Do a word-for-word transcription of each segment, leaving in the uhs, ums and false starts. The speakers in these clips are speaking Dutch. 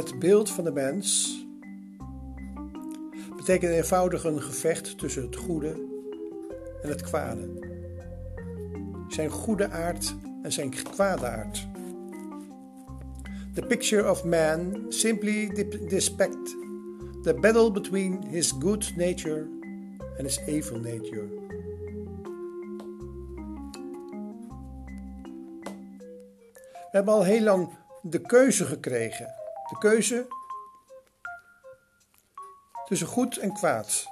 Het beeld van de mens betekent eenvoudig een gevecht tussen het goede en het kwade. Zijn goede aard en zijn kwade aard. The picture of man simply depicts the battle between his good nature and his evil nature. We hebben al heel lang de keuze gekregen. De keuze tussen goed en kwaad.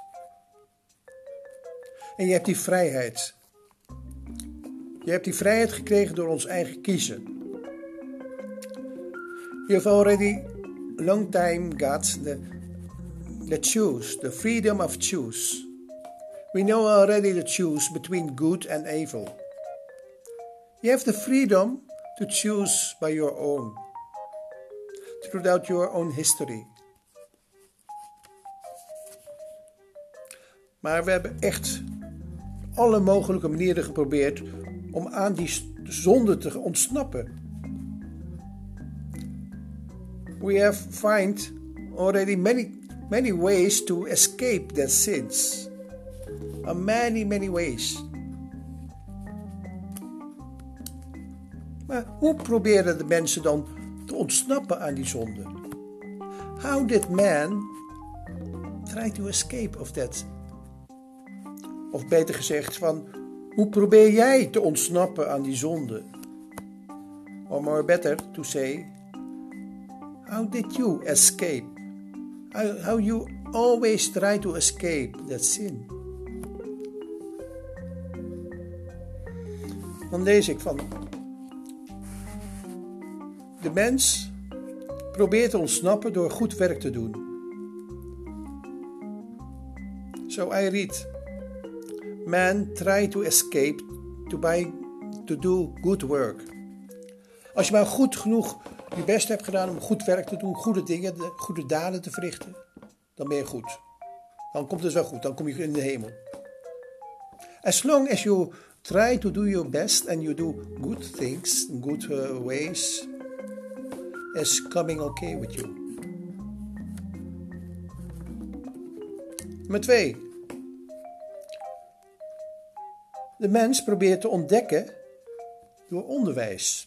En je hebt die vrijheid. Je hebt die vrijheid gekregen door ons eigen kiezen. You have already long time got the, the choose, the freedom of choose. We know already the choose between good and evil. You have the freedom to choose by your own, throughout your own history. Maar we hebben echt alle mogelijke manieren geprobeerd om aan die zonde te ontsnappen. We have find already many many ways to escape that sins. Uh, many many ways. Maar hoe proberen de mensen dan te ontsnappen aan die zonde? How did man try to escape of that? Of beter gezegd, van hoe probeer jij te ontsnappen aan die zonde? Or more better to say, how did you escape? How, how you always try to escape that sin? Dan lees ik van, de mens probeert te ontsnappen door goed werk te doen. So I read, man try to escape to, by, to do good work. Als je maar goed genoeg je best hebt gedaan om goed werk te doen, goede dingen, goede daden te verrichten, dan ben je goed. Dan komt het wel goed, dan kom je in de hemel. As long as you try to do your best and you do good things, good uh, ways, is coming okay with you. Nummer twee. De mens probeert te ontdekken door onderwijs.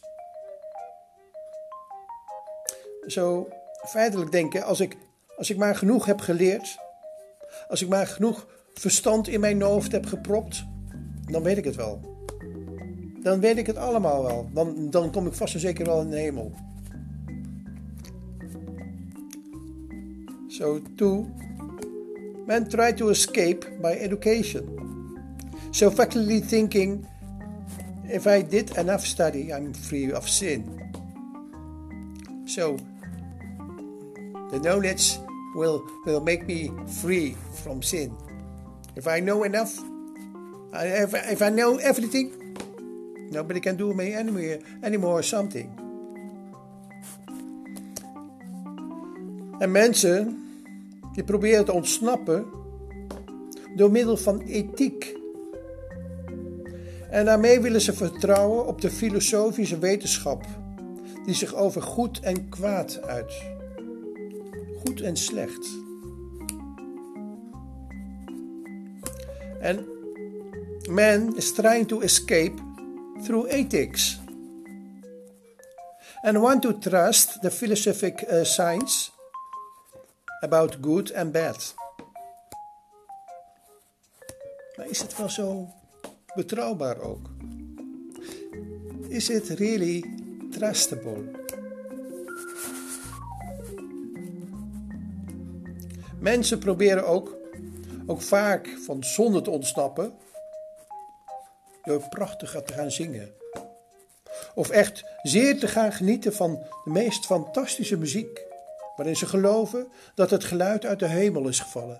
Zo feitelijk denken, als ik, als ik maar genoeg heb geleerd, als ik maar genoeg verstand in mijn hoofd heb gepropt, dan weet ik het wel. Dan weet ik het allemaal wel. Dan, dan kom ik vast en zeker wel in de hemel. So two, men try to escape by education. So factually thinking, if I did enough study, I'm free of sin. So the knowledge will, will make me free from sin. If I know enough, if, if I know everything, nobody can do me anymore, anymore something. En mensen die proberen te ontsnappen door middel van ethiek. En daarmee willen ze vertrouwen op de filosofische wetenschap die zich over goed en kwaad uit. Goed en slecht. En man is trying to escape through ethics. And want to trust the philosophic uh, science about good and bad. Maar is het wel zo betrouwbaar ook? Is it really trustable? Mensen proberen ook, ook vaak van zonde te ontsnappen door prachtiger te gaan zingen. Of echt zeer te gaan genieten van de meest fantastische muziek, waarin ze geloven dat het geluid uit de hemel is gevallen.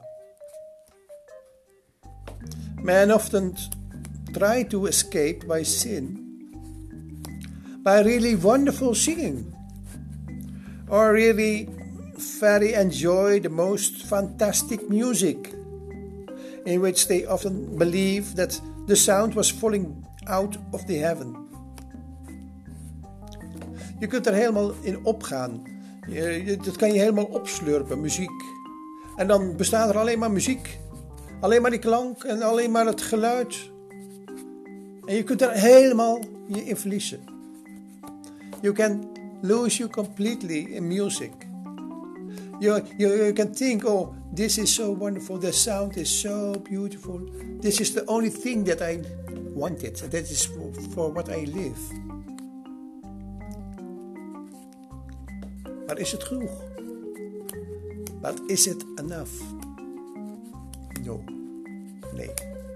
Men often try to escape by sin by really wonderful singing, or really very enjoy the most fantastic music, in which they often believe that the sound was falling out of the heaven. Je kunt er helemaal in opgaan. Je, je, dat kan je helemaal opslurpen, muziek. En dan bestaat er alleen maar muziek. Alleen maar die klank en alleen maar het geluid. En je kunt er helemaal je in verliezen. You can lose you completely in music. You, you, you can think, oh, this is so wonderful. The sound is so beautiful. This is the only thing that I wanted. That is for, for what I live. Maar is het genoeg? But is it enough? No. Nee.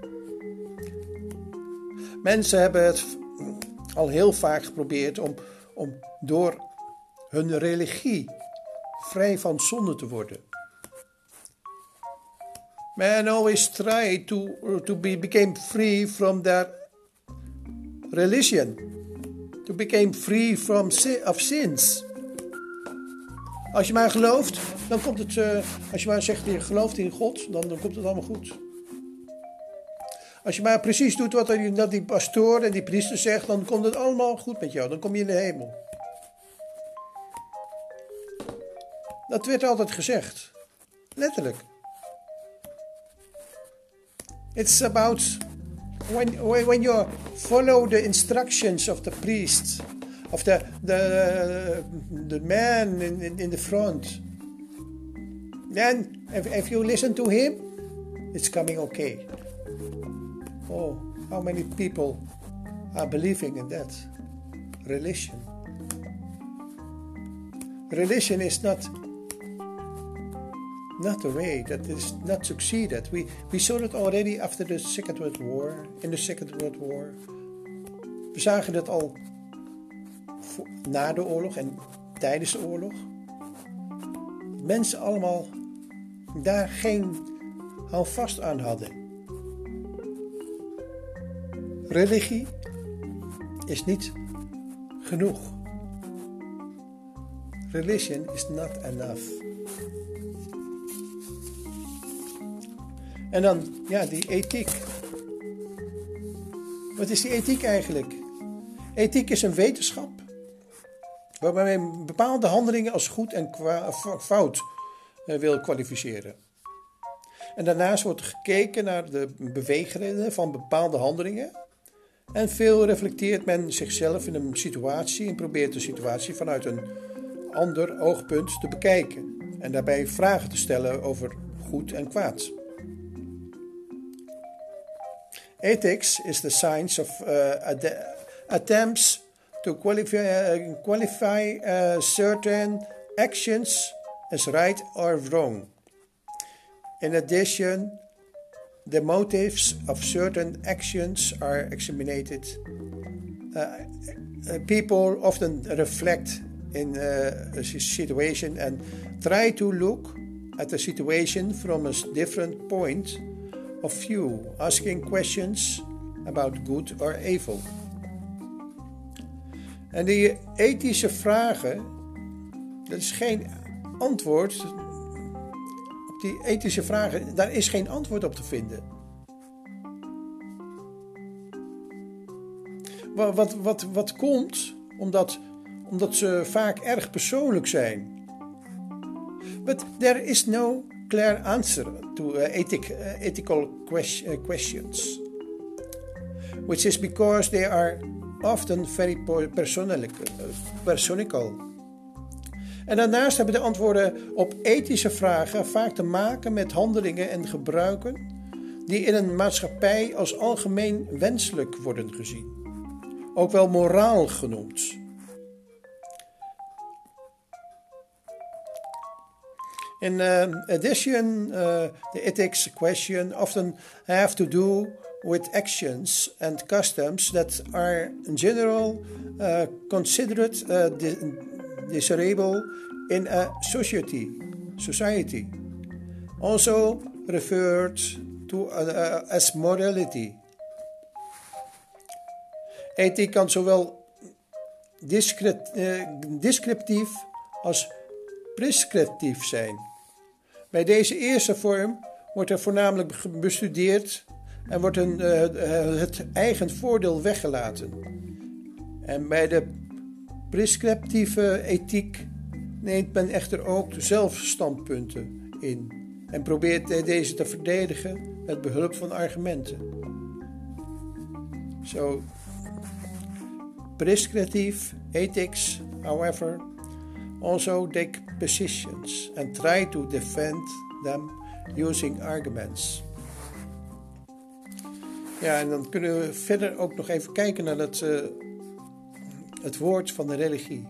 Mensen hebben het al heel vaak geprobeerd om, om door hun religie vrij van zonde te worden. Man always tried to, to be, became free from their religion. To become free from sin, of sins. Als je maar gelooft, dan komt het, uh, als je maar zegt je gelooft in God, dan, dan komt het allemaal goed. Als je maar precies doet wat die, dat die pastoor en die priester zegt, dan komt het allemaal goed met jou. Dan kom je in de hemel. Dat werd altijd gezegd. Letterlijk. It's about when, when you follow the instructions of the priest, of the, the, the man in, in, in the front. Then, if, if you listen to him, it's coming okay. Oh, how many people are believing in that? Religion. Religion is not not the way, that is not succeeded. We, we saw it already after the Second World War, in the Second World War. We zagen dat al voor, na de oorlog en tijdens de oorlog. Mensen allemaal daar geen houvast aan hadden. Religie is niet genoeg. Religion is not enough. En dan, ja, die ethiek. Wat is die ethiek eigenlijk? Ethiek is een wetenschap waarbij men bepaalde handelingen als goed en kwa- fout uh, wil kwalificeren. En daarnaast wordt er gekeken naar de beweegredenen van bepaalde handelingen. En veel reflecteert men zichzelf in een situatie en probeert de situatie vanuit een ander oogpunt te bekijken. En daarbij vragen te stellen over goed en kwaad. Ethics is the science of uh, ad- attempts to qualify, uh, qualify uh, certain actions as right or wrong. In addition, the motives of certain actions are examined. Uh, uh, people often reflect in uh, a situation and try to look at the situation from a different point of view, asking questions about good or evil. En die ethische vragen, dat is geen antwoord. Op die ethische vragen, daar is geen antwoord op te vinden. Wat, wat, wat, wat komt omdat, omdat ze vaak erg persoonlijk zijn. But there is no clear answer to uh, ethic, uh, ethical question, uh, questions, which is because they are often very persoonlijk. Uh, personical. En daarnaast hebben de antwoorden op ethische vragen vaak te maken met handelingen en gebruiken die in een maatschappij als algemeen wenselijk worden gezien. Ook wel moraal genoemd. In uh, addition, uh, the ethics question often have to do with actions and customs that are in general uh, considered uh, desirable in a society, society, also referred to uh, as morality. Ethiek kan zowel discret, uh, descriptief als prescriptief zijn. Bij deze eerste vorm wordt er voornamelijk bestudeerd en wordt een, uh, het eigen voordeel weggelaten. En bij de prescriptieve ethiek neemt men echter ook zelf standpunten in en probeert deze te verdedigen met behulp van argumenten. So, prescriptive ethics, however, also take positions and try to defend them using arguments. Ja, en dan kunnen we verder ook nog even kijken naar het, uh, het woord van de religie.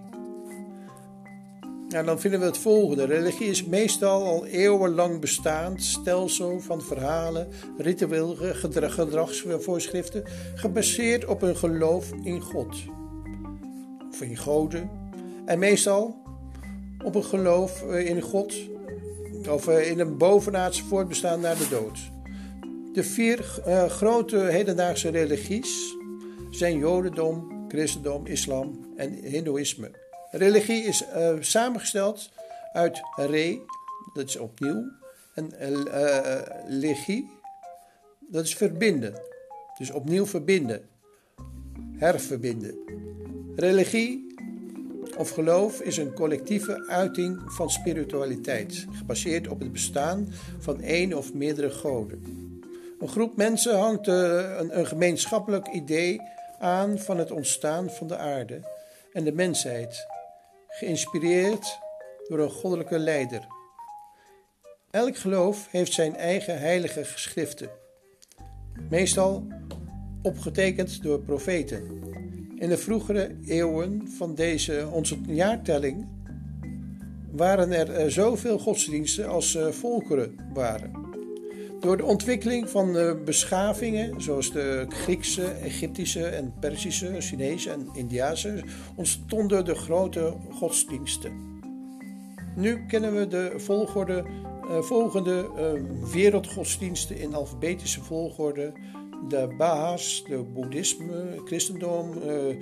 Nou, dan vinden we het volgende. Religie is meestal al eeuwenlang bestaand stelsel van verhalen, ritueel gedrag, gedragsvoorschriften, gebaseerd op een geloof in God. Of in goden. En meestal op een geloof in God, of in een bovenaardse voortbestaan na de dood. De vier uh, grote hedendaagse religies zijn Jodendom, Christendom, Islam en Hindoeïsme. Religie is uh, samengesteld uit re, dat is opnieuw, en uh, legie, dat is verbinden. Dus opnieuw verbinden, herverbinden. Religie of geloof is een collectieve uiting van spiritualiteit, gebaseerd op het bestaan van één of meerdere goden. Een groep mensen hangt uh, een, een gemeenschappelijk idee aan van het ontstaan van de aarde en de mensheid, geïnspireerd door een goddelijke leider. Elk geloof heeft zijn eigen heilige geschriften, meestal opgetekend door profeten. In de vroegere eeuwen van deze onze jaartelling waren er uh, zoveel godsdiensten als uh, volkeren waren. Door de ontwikkeling van uh, beschavingen, zoals de Griekse, Egyptische en Perzische, Chinese en Indiase, ontstonden de grote godsdiensten. Nu kennen we de volgorde, uh, volgende uh, wereldgodsdiensten in alfabetische volgorde: de Baha'is, de Boeddhisme, Christendom, uh,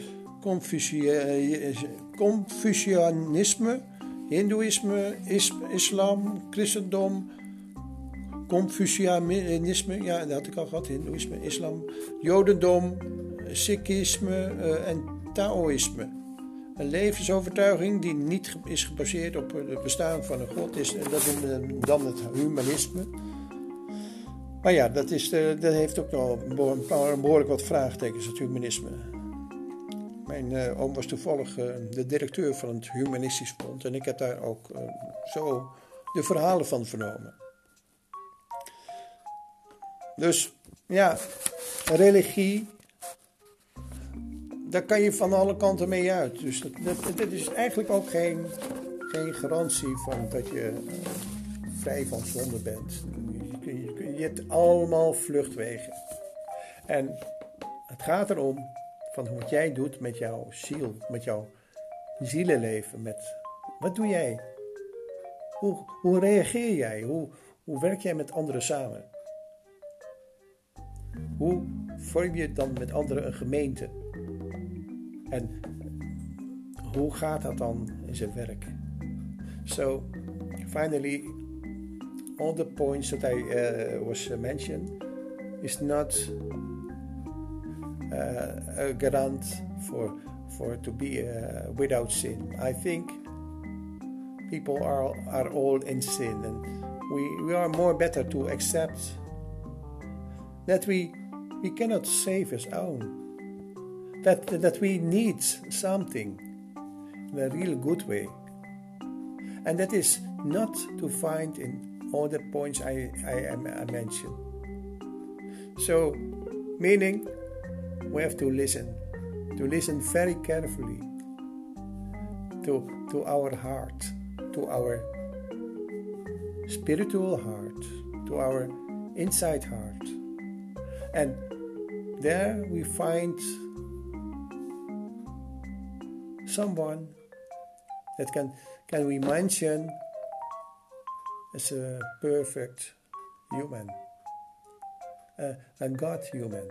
Confucianisme, Hindoeïsme, is, Islam, Christendom, Confucianisme, ja, dat had ik al gehad, Hindoeïsme, Islam, Jodendom, Sikhisme uh, en Taoïsme. Een levensovertuiging die niet is gebaseerd op het bestaan van een god is, dat is dan het humanisme. Maar ja, dat, is de, dat heeft ook nog een behoorlijk wat vraagtekens, het humanisme. Mijn uh, oom was toevallig uh, de directeur van het Humanistisch Fonds en ik heb daar ook uh, zo de verhalen van vernomen. Dus ja, religie, daar kan je van alle kanten mee uit. Dus dat, dat, dat is eigenlijk ook geen, geen garantie van dat je uh, vrij van zonde bent. Je, je, je hebt allemaal vluchtwegen. En het gaat erom van wat jij doet met jouw ziel, met jouw zielenleven. Met, wat doe jij? Hoe, hoe reageer jij? Hoe, hoe werk jij met anderen samen? Hoe vorm je dan met anderen een gemeente? En hoe gaat dat dan in zijn werk? So, finally, all the points that I uh, was mentioned is not uh, a garant for for to be uh, without sin. I think people are are all in sin, and we we are more better to accept that we we cannot save us own. That, that we need something in a real good way. And that is not to find in all the points I, I, I mentioned. So, meaning we have to listen. To listen very carefully to, to our heart, to our spiritual heart, to our inside heart. And there we find someone that can can we mention as a perfect human, uh, a God human,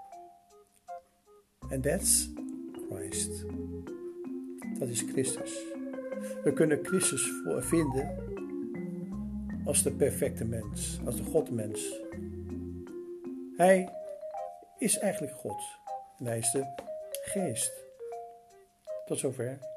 and that's Christ. Dat is Christus. We kunnen Christus vinden als de perfecte mens, als de Godmens. Hij is eigenlijk God en hij is de Geest. Tot zover.